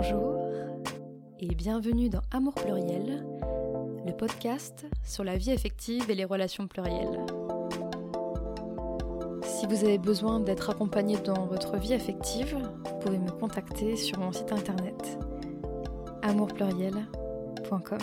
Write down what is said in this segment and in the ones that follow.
Bonjour et bienvenue dans Amour pluriel, le podcast sur la vie affective et les relations plurielles. Si vous avez besoin d'être accompagné dans votre vie affective, vous pouvez me contacter sur mon site internet amourpluriel.com.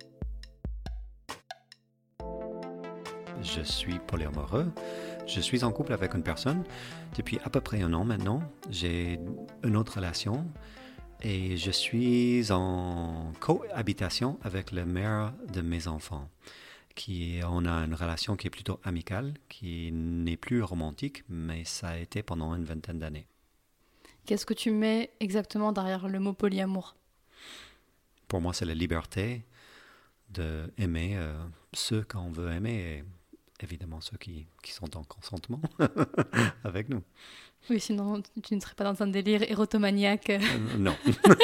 Je suis polyamoureux. Je suis en couple avec une personne depuis à peu près 1 an maintenant. J'ai une autre relation et je suis en cohabitation avec le mère de mes enfants. On a une relation qui est plutôt amicale, qui n'est plus romantique, mais ça a été pendant une 20aine d'années. Qu'est-ce que tu mets exactement derrière le mot polyamour ? Pour moi, c'est la liberté d'aimer ceux qu'on veut aimer et évidemment ceux qui sont en consentement avec nous. Oui, sinon tu ne serais pas dans un délire érotomaniaque. Non.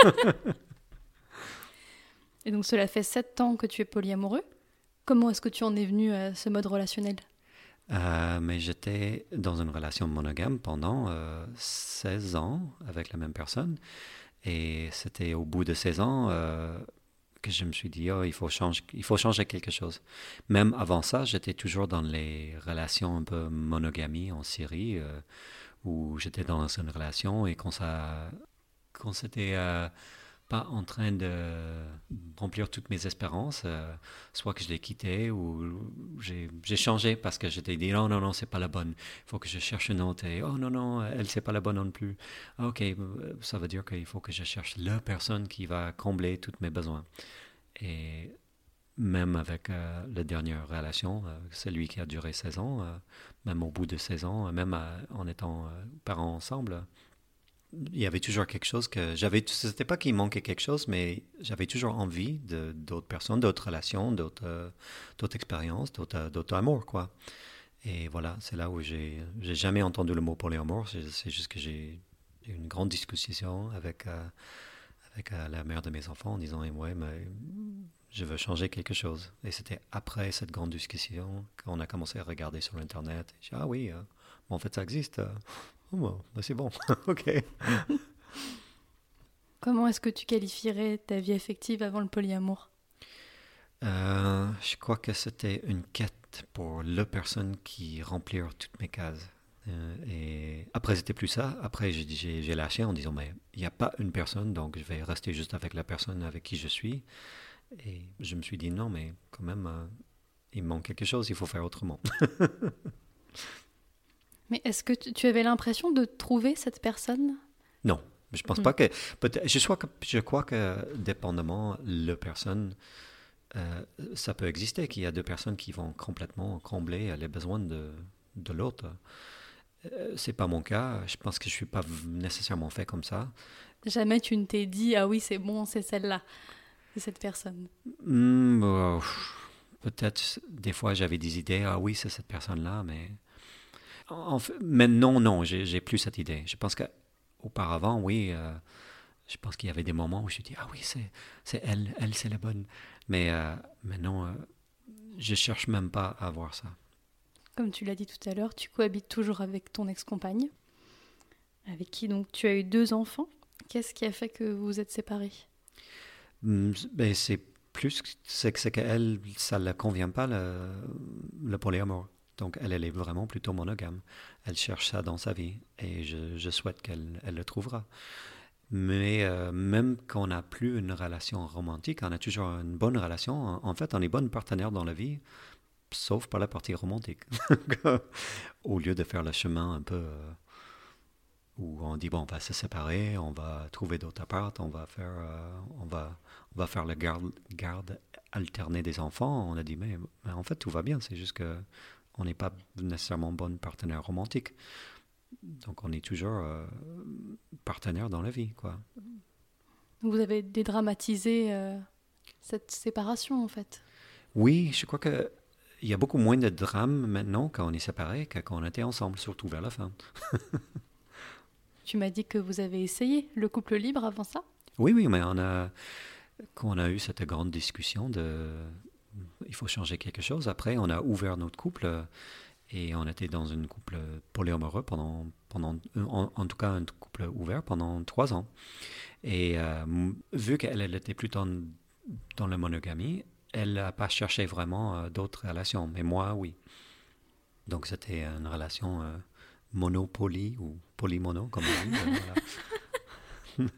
Et donc cela fait 7 ans que tu es polyamoureux. Comment est-ce que tu en es venu à ce mode relationnel ? Mais j'étais dans une relation monogame pendant 16 ans avec la même personne. Et c'était au bout de 16 ans que je me suis dit, il faut changer quelque chose. Même avant ça, j'étais toujours dans les relations un peu monogamie en série, où j'étais dans une relation et qu'on s'était pas en train de remplir toutes mes espérances, soit que je l'ai quitté ou j'ai changé parce que j'étais dit non, c'est pas la bonne, il faut que je cherche une autre et non, elle c'est pas la bonne non plus. Ok, ça veut dire qu'il faut que je cherche la personne qui va combler tous mes besoins. Et même avec la dernière relation, celui qui a duré 16 ans, même au bout de 16 ans, même en étant parents ensemble, il y avait toujours quelque chose c'était pas qu'il manquait quelque chose, mais j'avais toujours envie d'autres personnes, d'autres relations, d'autres expériences, d'autres amours, quoi. Et voilà, c'est là où j'ai jamais entendu le mot polyamour. C'est juste que j'ai eu une grande discussion avec la mère de mes enfants en disant, ouais, mais je veux changer quelque chose. Et c'était après cette grande discussion qu'on a commencé à regarder sur Internet. Et j'ai dit, oui, en fait, ça existe. C'est bon, ok. Comment est-ce que tu qualifierais ta vie affective avant le polyamour ? Je crois que c'était une quête pour la personne qui remplir toutes mes cases. Et après, c'était plus ça. Après, j'ai lâché en disant, mais il n'y a pas une personne, donc je vais rester juste avec la personne avec qui je suis. Et je me suis dit, non, mais quand même, il me manque quelque chose, il faut faire autrement. Mais est-ce que tu avais l'impression de trouver cette personne ? Non, je pense pas que... Je crois que dépendamment de la personne, ça peut exister, qu'il y a 2 personnes qui vont complètement combler les besoins de l'autre. C'est pas mon cas. Je pense que je suis pas nécessairement fait comme ça. Jamais tu ne t'es dit, ah oui, c'est bon, c'est celle-là, c'est cette personne. Peut-être, des fois, j'avais des idées, ah oui, c'est cette personne-là, mais... mais non, j'ai plus cette idée. Je pense qu'auparavant, oui, je pense qu'il y avait des moments où je me dis, ah oui, c'est elle c'est la bonne. Mais non, je cherche même pas à voir ça. Comme tu l'as dit tout à l'heure, tu cohabites toujours avec ton ex-compagne, avec qui donc tu as eu 2 enfants. Qu'est-ce qui a fait que vous vous êtes séparés ? C'est qu'elle, ça ne la convient pas, le polyamour. Donc, elle est vraiment plutôt monogame. Elle cherche ça dans sa vie et je souhaite qu'elle le trouvera. Mais même quand on n'a plus une relation romantique, on a toujours une bonne relation. En fait, on est bonnes partenaires dans la vie, sauf pour la partie romantique. Au lieu de faire le chemin un peu où on dit, bon, on va se séparer, on va trouver d'autres apparts, on va faire le garde alternée des enfants. On a dit, mais en fait, tout va bien, c'est juste que on n'est pas nécessairement bon partenaire romantique. Donc, on est toujours partenaire dans la vie, quoi. Vous avez dédramatisé cette séparation, en fait. Oui, je crois qu'il y a beaucoup moins de drames maintenant quand on est séparés que quand on était ensemble, surtout vers la fin. Tu m'as dit que vous avez essayé le couple libre avant ça ? Oui, mais quand on a eu cette grande discussion il faut changer quelque chose, après on a ouvert notre couple Et on était dans un couple polyamoureux en tout cas un couple ouvert pendant 3 ans. Et vu qu'elle était plutôt dans la monogamie, elle n'a pas cherché vraiment d'autres relations. Mais moi, oui. Donc c'était une relation monopoly ou polymono, comme on dit. Voilà.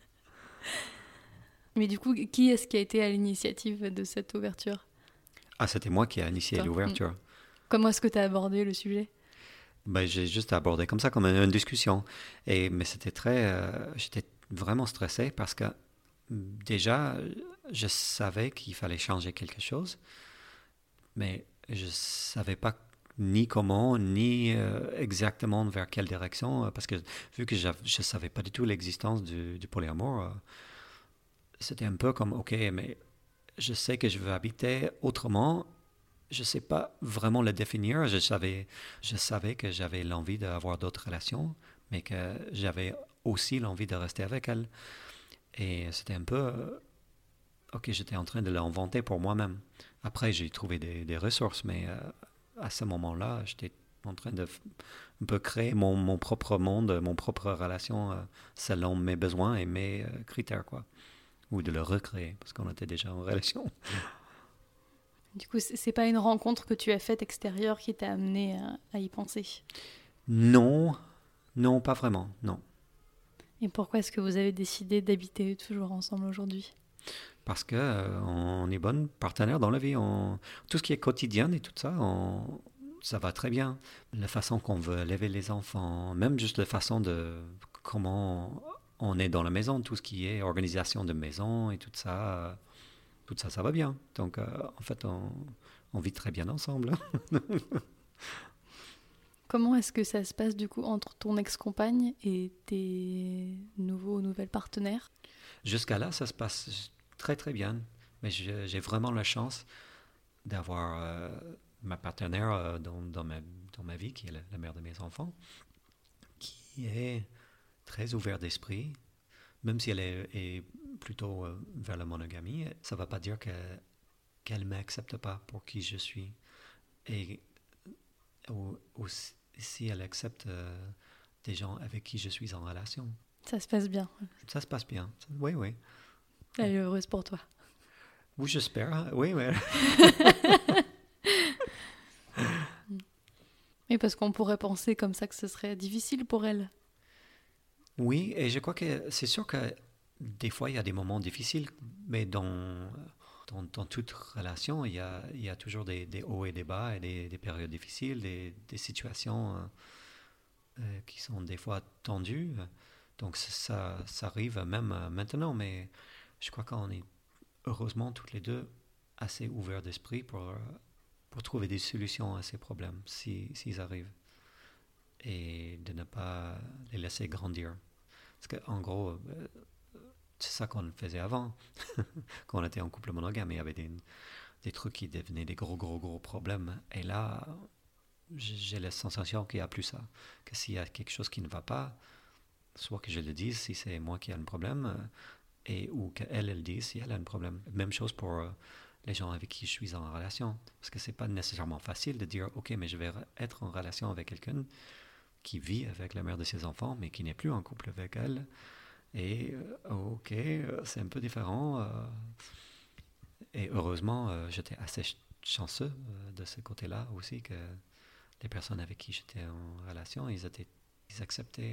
Mais du coup, qui est-ce qui a été à l'initiative de cette ouverture? Ah, c'était moi qui ai initié Toi. l'ouverture. Comment est-ce que tu as abordé le sujet? Ben, j'ai juste abordé comme ça, comme une discussion. Mais c'était j'étais vraiment stressé parce que déjà, je savais qu'il fallait changer quelque chose, mais je savais pas ni comment, ni exactement vers quelle direction, parce que vu que je savais pas du tout l'existence du polyamour, c'était un peu comme, ok, mais je sais que je veux habiter autrement. Je ne sais pas vraiment le définir. Je savais que j'avais l'envie d'avoir d'autres relations, mais que j'avais aussi l'envie de rester avec elle. Et c'était un peu, ok, j'étais en train de l'inventer pour moi-même. Après, j'ai trouvé des ressources, mais à ce moment-là, j'étais en train de un peu créer mon propre monde, mon propre relation selon mes besoins et mes critères, quoi. Ou de le recréer, parce qu'on était déjà en relation. Du coup, c'est pas une rencontre que tu as faite extérieure qui t'a amené à y penser. Non, non, pas vraiment, non. Et pourquoi est-ce que vous avez décidé d'habiter toujours ensemble aujourd'hui? Parce que on est bonnes partenaires dans la vie. Tout ce qui est quotidien et tout ça, ça va très bien. La façon qu'on veut élever les enfants, même juste la façon de comment on est dans la maison, tout ce qui est organisation de maison et tout ça, ça va bien. Donc, en fait, on vit très bien ensemble. Comment est-ce que ça se passe du coup entre ton ex-compagne et tes nouvelles partenaires? Jusqu'à là, ça se passe très très bien. Mais j'ai vraiment la chance d'avoir ma partenaire dans ma vie, qui est la mère de mes enfants, qui est très ouverte d'esprit, même si elle est plutôt vers la monogamie. Ça ne veut pas dire qu'elle ne m'accepte pas pour qui je suis. Et aussi, si elle accepte des gens avec qui je suis en relation. Ça se passe bien. Ça se passe bien. Oui, oui. Elle est heureuse pour toi. Oui, j'espère. Oui, oui. Et parce qu'on pourrait penser comme ça que ce serait difficile pour elle. Oui, et je crois que c'est sûr que des fois, il y a des moments difficiles, mais dans toute relation, il y a toujours des hauts et des bas, et des périodes difficiles, des situations qui sont des fois tendues. Donc ça arrive même maintenant, mais je crois qu'on est heureusement toutes les deux assez ouverts d'esprit pour trouver des solutions à ces problèmes, s'ils arrivent, et de ne pas les laisser grandir. Parce qu'en gros, c'est ça qu'on faisait avant. Quand on était en couple monogame, il y avait des trucs qui devenaient des gros problèmes. Et là, j'ai la sensation qu'il n'y a plus ça. Que s'il y a quelque chose qui ne va pas, soit que je le dise si c'est moi qui ai un problème, ou qu'elle, elle dise si elle a un problème. Même chose pour les gens avec qui je suis en relation. Parce que c'est pas nécessairement facile de dire, ok, mais je vais être en relation avec quelqu'un qui vit avec la mère de ses enfants, mais qui n'est plus en couple avec elle. Et ok, c'est un peu différent. Et heureusement, j'étais assez chanceux de ce côté-là aussi, que les personnes avec qui j'étais en relation, ils acceptaient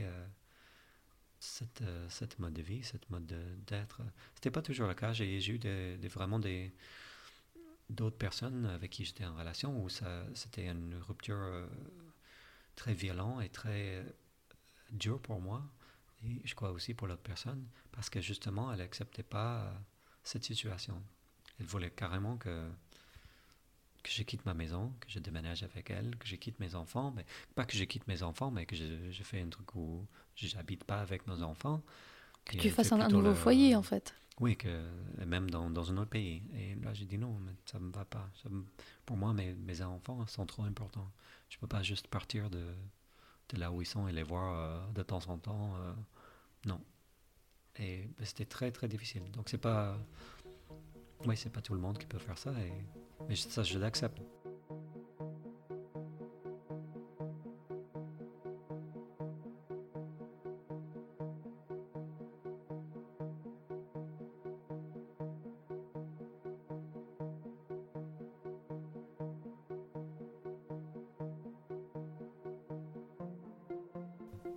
cette mode de vie, cette mode d'être. C'était pas toujours le cas. J'ai eu vraiment d'autres personnes avec qui j'étais en relation où c'était une rupture très violente et très dure pour moi. Et je crois aussi pour l'autre personne, parce que justement, elle n'acceptait pas cette situation. Elle voulait carrément que je quitte ma maison, que je déménage avec elle, que je quitte mes enfants. Mais, pas que je quitte mes enfants, mais que je fais un truc où je n'habite pas avec nos enfants. Que Et tu elle fait fasses un plutôt nouveau foyer en fait. Oui, même dans un autre pays. Et là, j'ai dit non, mais ça ne me va pas. Pour moi, mes enfants sont trop importants. Je ne peux pas juste partir de là où ils sont et les voir de temps en temps. Non. Et c'était très très difficile. Donc c'est pas, oui, c'est pas tout le monde qui peut faire ça. Mais ça, je l'accepte.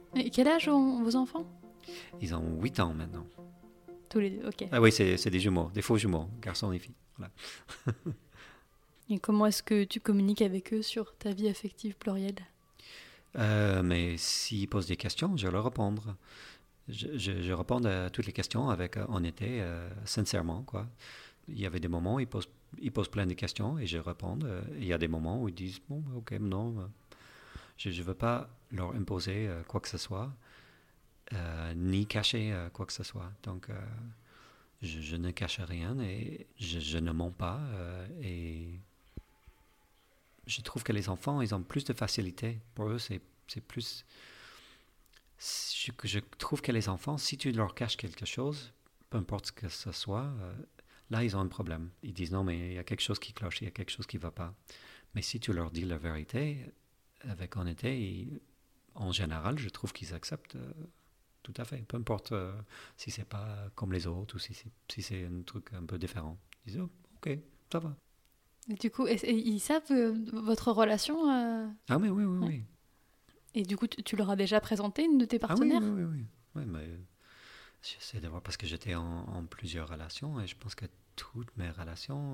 Et quel âge ont vos enfants? Ils ont 8 ans maintenant. Tous les deux, ok. Ah oui, c'est des jumeaux, des faux jumeaux, garçons et filles. Voilà. Et comment est-ce que tu communiques avec eux sur ta vie affective plurielle? Mais s'ils posent des questions, je leur réponds. Je réponds à toutes les questions avec honnêteté, sincèrement, quoi. Il y avait des moments où ils posent plein de questions et je réponds. Il y a des moments où ils disent, bon, ok, non, je ne veux pas leur imposer quoi que ce soit, ni cacher quoi que ce soit. Donc, je ne cache rien et je ne mens pas. Et je trouve que les enfants, ils ont plus de facilité. Pour eux, c'est plus... Je trouve que les enfants, si tu leur caches quelque chose, peu importe ce que ce soit, là, ils ont un problème. Ils disent non, mais il y a quelque chose qui cloche, il y a quelque chose qui ne va pas. Mais si tu leur dis la vérité, avec honnêteté, en général, je trouve qu'ils acceptent tout à fait. Peu importe si c'est pas comme les autres ou si c'est un truc un peu différent. Ils disent oh, ok, ça va. Et du coup, ils savent votre relation Ah oui, oui, oui, ouais. oui. Et du coup, tu leur as déjà présenté une de tes Ah oui, partenaires? oui, oui, oui. Oui, mais j'essaie de voir parce que j'étais en plusieurs relations et je pense que toutes mes relations,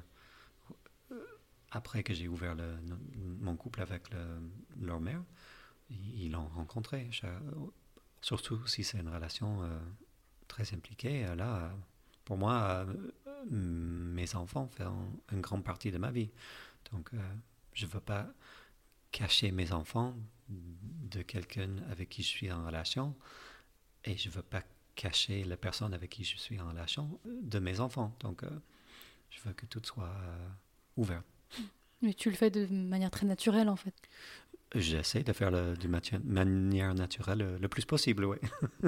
après que j'ai ouvert mon couple avec leur mère, ils l'ont rencontré. Surtout si c'est une relation très impliquée. Là, pour moi, mes enfants font une grande partie de ma vie. Donc, je ne veux pas cacher mes enfants de quelqu'un avec qui je suis en relation et je ne veux pas cacher la personne avec qui je suis en relation de mes enfants. Donc, je veux que tout soit ouvert. Mais tu le fais de manière très naturelle, en fait. J'essaie de faire de manière naturelle le plus possible, oui.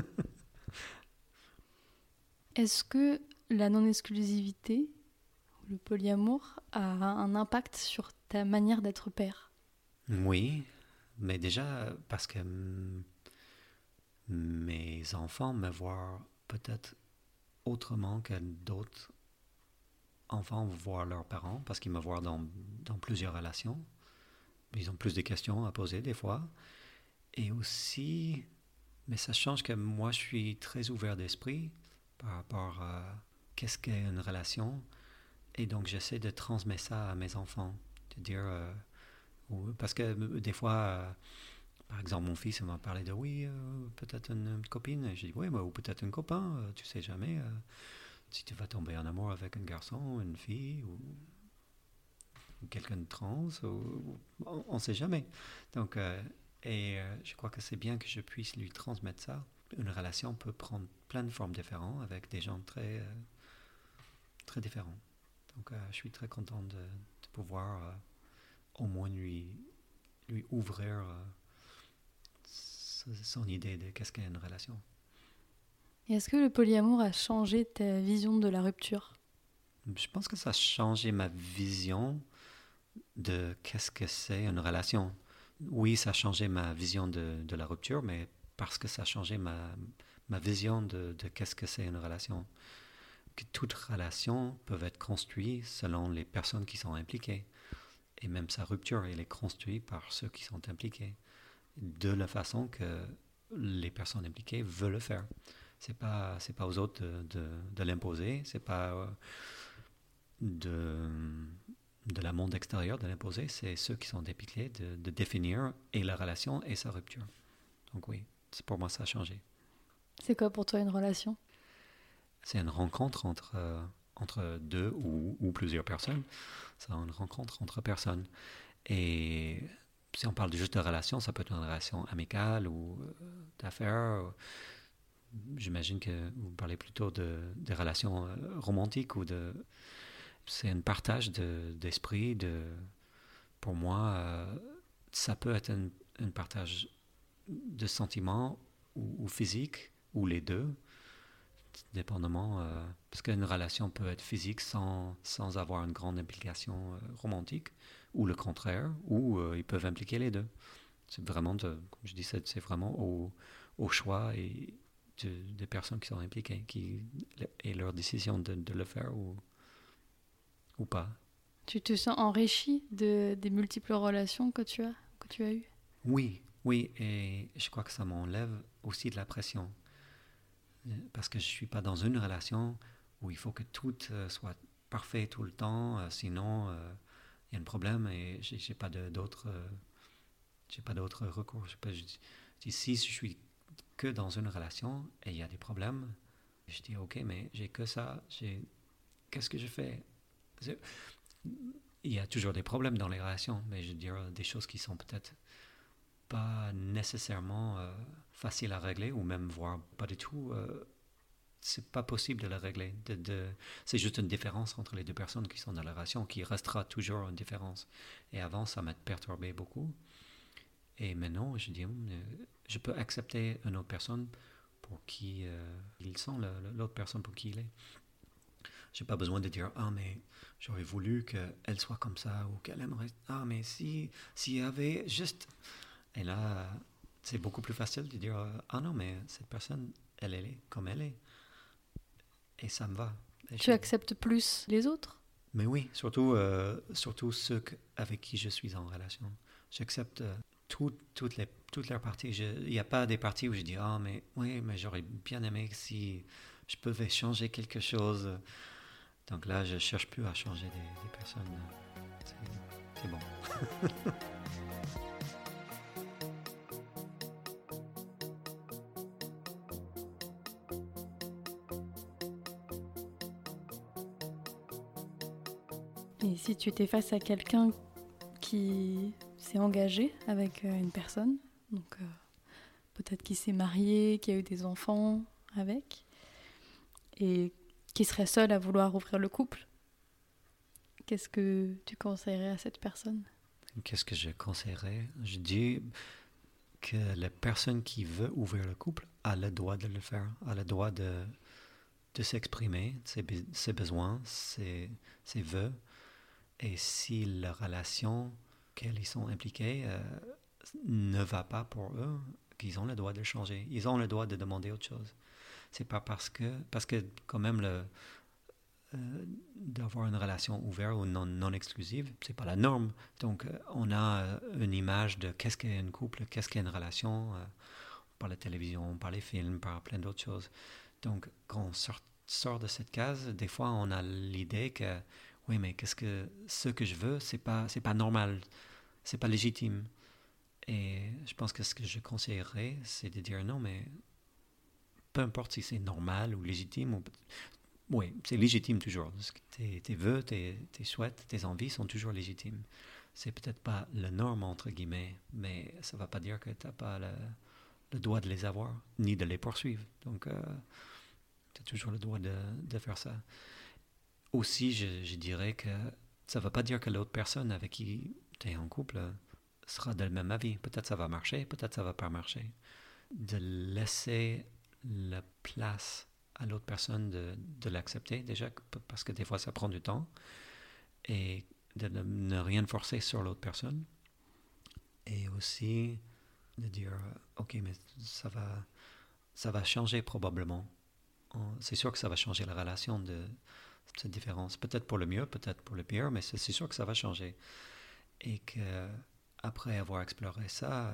Est-ce que la non-exclusivité, le polyamour, a un impact sur ta manière d'être père? Oui, mais déjà parce que mes enfants me voient peut-être autrement que d'autres enfants voient leurs parents, parce qu'ils me voient dans plusieurs relations. Ils ont plus de questions à poser des fois. Et aussi, mais ça change que moi, je suis très ouvert d'esprit par rapport à qu'est-ce qu'est une relation. Et donc, j'essaie de transmettre ça à mes enfants. De dire, parce que des fois, par exemple, mon fils m'a parlé de oui, peut-être une copine. Et j'ai dit oui, ou peut-être un copain, tu sais jamais si tu vas tomber en amour avec un garçon, une fille ou quelqu'un de trans, on ne sait jamais. Donc, je crois que c'est bien que je puisse lui transmettre ça. Une relation peut prendre plein de formes différentes avec des gens très, très différents. Donc, je suis très content de pouvoir au moins lui ouvrir son idée de qu'est-ce qu'est une relation. Et est-ce que le polyamour a changé ta vision de la rupture? Je pense que ça a changé ma vision de qu'est-ce que c'est une relation. Oui, ça a changé ma vision de la rupture, mais parce que ça a changé ma vision de qu'est-ce que c'est une relation. Que toute relation peut être construite selon les personnes qui sont impliquées. Et même sa rupture, elle est construite par ceux qui sont impliqués. De la façon que les personnes impliquées veulent le faire. C'est pas aux autres de l'imposer, c'est pas de la monde extérieur de l'imposer, c'est ceux qui sont impliqués de définir et la relation et sa rupture. Donc oui, pour moi ça a changé. C'est quoi pour toi une relation? C'est une rencontre entre deux ou plusieurs personnes. C'est une rencontre entre personnes. Et si on parle juste de relation, ça peut être une relation amicale ou d'affaires. J'imagine que vous parlez plutôt de relations romantiques ou c'est un partage d'esprit. Pour moi, ça peut être un partage de sentiments ou physique ou les deux, dépendamment. Parce qu'une relation peut être physique sans avoir une grande implication romantique, ou le contraire, ou ils peuvent impliquer les deux. C'est vraiment, comme je dis, c'est vraiment au choix et des personnes qui sont impliquées et leur décision de le faire ou pas. Tu te sens enrichi des multiples relations que tu as eues? Oui, Oui, et je crois que ça m'enlève aussi de la pression. Parce que je ne suis pas dans une relation où il faut que tout soit parfait tout le temps, sinon il y a un problème et j'ai pas j'ai pas d'autre recours. Je dis, si je suis que dans une relation et il y a des problèmes, je dis ok, mais j'ai que ça, qu'est-ce que je fais? Il y a toujours des problèmes dans les relations, mais je veux dire des choses qui sont peut-être pas nécessairement faciles à régler ou même voire pas du tout. C'est pas possible de le régler. C'est juste une différence entre les deux personnes qui sont dans la relation qui restera toujours une différence. Et avant, ça m'a perturbé beaucoup. Et maintenant, je dis, je peux accepter une autre personne pour qui ils sont, l'autre personne pour qui il est. J'ai pas besoin de dire, ah, mais j'aurais voulu qu'elle soit comme ça ou qu'elle aimerait. Ah, mais s'il y avait juste. Et là, c'est beaucoup plus facile de dire, ah non, mais cette personne, elle est comme elle est. Et ça me va. Tu acceptes plus les autres? Mais oui, surtout ceux avec qui je suis en relation. J'accepte toutes leurs parties. Il n'y a pas des parties où je dis, ah, mais oui, mais j'aurais bien aimé si je pouvais changer quelque chose. Donc là, je ne cherche plus à changer des personnes. C'est bon. Et si tu étais face à quelqu'un qui s'est engagé avec une personne, donc peut-être qui s'est marié, qui a eu des enfants avec, et qui serait seul à vouloir ouvrir le couple, qu'est-ce que tu conseillerais à cette personne? Qu'est-ce que je conseillerais? Je dis que la personne qui veut ouvrir le couple a le droit de le faire, a le droit de s'exprimer, ses besoins, ses vœux. Et si la relation qu'elles y sont impliquées ne va pas pour eux, qu'ils ont le droit de changer. Ils ont le droit de demander autre chose. C'est pas parce que quand même d'avoir une relation ouverte ou non exclusive, c'est pas la norme. Donc on a une image de qu'est-ce qu'est un couple, qu'est-ce qu'est une relation par la télévision, par les films, par plein d'autres choses. Donc quand on sort de cette case, des fois on a l'idée que oui, mais ce que je veux, c'est pas normal, c'est pas légitime. Et je pense que ce que je conseillerais, c'est de dire non, mais peu importe si c'est normal ou légitime, oui, c'est légitime toujours. Tes vœux, tes souhaits, tes envies sont toujours légitimes. C'est peut-être pas la norme, entre guillemets, mais ça va pas dire que tu n'as pas le droit de les avoir, ni de les poursuivre. Donc, tu as toujours le droit de faire ça. Aussi, je dirais que ça ne veut pas dire que l'autre personne avec qui tu es en couple sera de le même avis. Peut-être ça va marcher, peut-être ça va pas marcher. De laisser la place à l'autre personne de l'accepter déjà, parce que des fois ça prend du temps, et de ne rien forcer sur l'autre personne. Et aussi de dire, ok, mais ça va changer probablement. C'est sûr que ça va changer la relation de cette différence. Peut-être pour le mieux, peut-être pour le pire, mais c'est sûr que ça va changer. Et que après avoir exploré ça,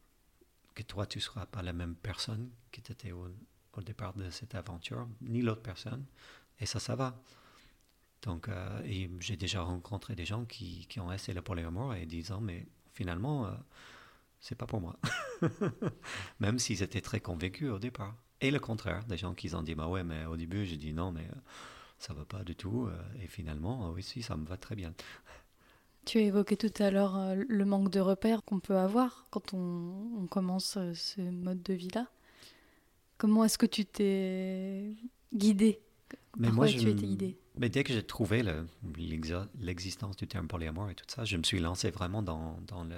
que toi, tu ne seras pas la même personne que tu étais au départ de cette aventure, ni l'autre personne. Et ça va. Donc, et j'ai déjà rencontré des gens qui ont essayé le polyamour et disant, mais finalement, c'est pas pour moi. Même s'ils étaient très convaincus au départ. Et le contraire, des gens qui ont dit, bah ouais, mais au début, j'ai dit non, mais ça va pas du tout. Et finalement, oui, si, ça me va très bien. Tu as évoqué tout à l'heure le manque de repères qu'on peut avoir quand on commence ce mode de vie-là. Comment est-ce que tu t'es guidé? Mais Par quoi tu étais guidé? Mais dès que j'ai trouvé l'existence du terme polyamour et tout ça, je me suis lancé vraiment dans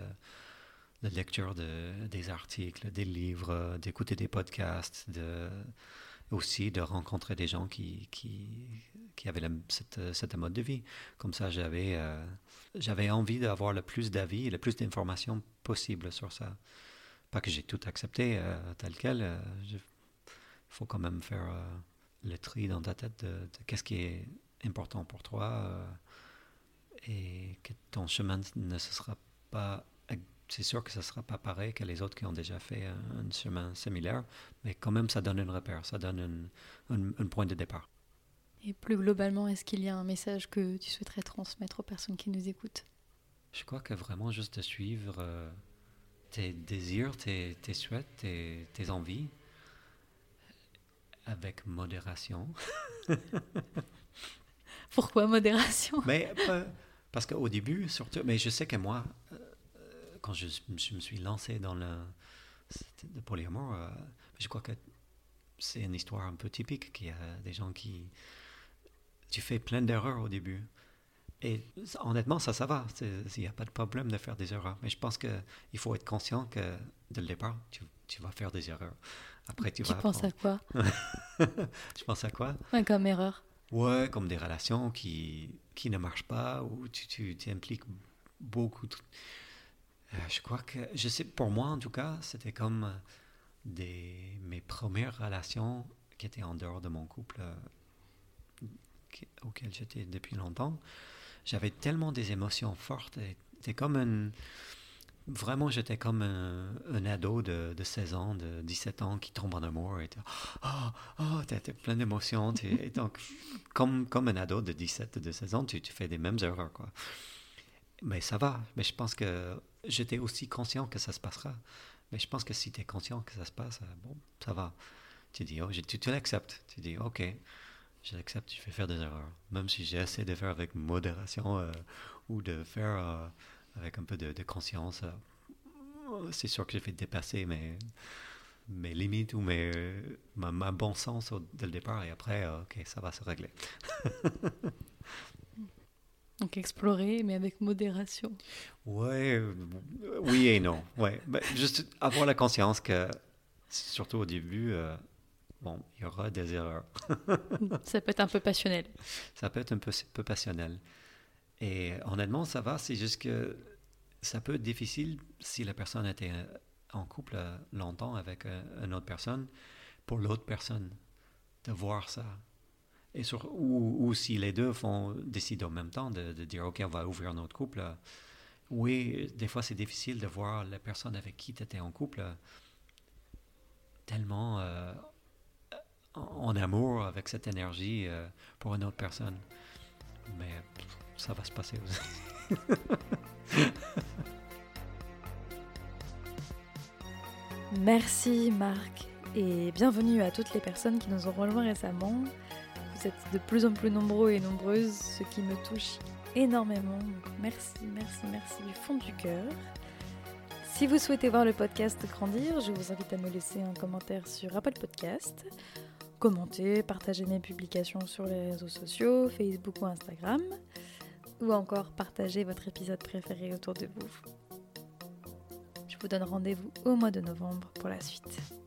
la lecture des articles, des livres, d'écouter des podcasts, aussi de rencontrer des gens qui avaient cette mode de vie. Comme ça, j'avais envie d'avoir le plus d'avis et le plus d'informations possible sur ça. Pas que j'ai tout accepté tel quel. Il faut quand même faire le tri dans ta tête de qu'est-ce qui est important pour toi et que ton chemin ne se sera pas c'est sûr que ça ne sera pas pareil que les autres qui ont déjà fait un chemin similaire, mais quand même, ça donne un repère, ça donne un point de départ. Et plus globalement, est-ce qu'il y a un message que tu souhaiterais transmettre aux personnes qui nous écoutent? Je crois que vraiment juste de suivre tes désirs, tes souhaits, tes envies, avec modération. Pourquoi modération? Mais parce qu'au début, surtout, mais je sais que moi, quand je me suis lancé dans le polyamour, je crois que c'est une histoire un peu typique, qu'il y a des gens qui... Tu fais plein d'erreurs au début. Et honnêtement, ça va. Il n'y a pas de problème de faire des erreurs. Mais je pense qu'il faut être conscient que dès le départ, tu vas faire des erreurs. Après, tu vas penses apprendre. à quoi? Tu penses à quoi? Ouais, comme erreur. Ouais, comme des relations qui ne marchent pas, où tu impliques beaucoup. Je crois que, je sais, pour moi en tout cas, c'était comme mes premières relations qui étaient en dehors de mon couple auquel j'étais depuis longtemps. J'avais tellement des émotions fortes. C'était comme vraiment, j'étais comme un ado de 16 ans, de 17 ans qui tombe en amour. Et t'as plein d'émotions. Et donc, comme un ado de 17, de 16 ans, tu fais des mêmes erreurs, quoi. Mais ça va. Mais je pense que j'étais aussi conscient que ça se passera. Mais je pense que si tu es conscient que ça se passe, bon, ça va. Tu dis, tu l'acceptes. Tu dis, ok, je l'accepte, je vais faire des erreurs. Même si j'essaie de faire avec modération ou de faire avec un peu de conscience, c'est sûr que je vais dépasser mes limites ou ma bon sens dès le départ. Et après, ok, ça va se régler. Donc explorer, mais avec modération. Ouais, oui et non. Ouais, juste avoir la conscience que, surtout au début, bon, il y aura des erreurs. Ça peut être un peu passionnel. Ça peut être un peu passionnel. Et honnêtement, ça va. C'est juste que ça peut être difficile si la personne était en couple longtemps avec une autre personne, pour l'autre personne, de voir ça. Et ou si les deux décident en même temps de dire, OK, on va ouvrir notre couple. Oui, des fois, c'est difficile de voir la personne avec qui tu étais en couple tellement en amour avec cette énergie pour une autre personne. Mais ça va se passer aussi. Merci Marc et bienvenue à toutes les personnes qui nous ont rejoints récemment. Vous êtes de plus en plus nombreux et nombreuses, ce qui me touche énormément. Donc merci du fond du cœur. Si vous souhaitez voir le podcast grandir, je vous invite à me laisser un commentaire sur Apple Podcast, commenter, partager mes publications sur les réseaux sociaux, Facebook ou Instagram, ou encore partager votre épisode préféré autour de vous. Je vous donne rendez-vous au mois de novembre pour la suite.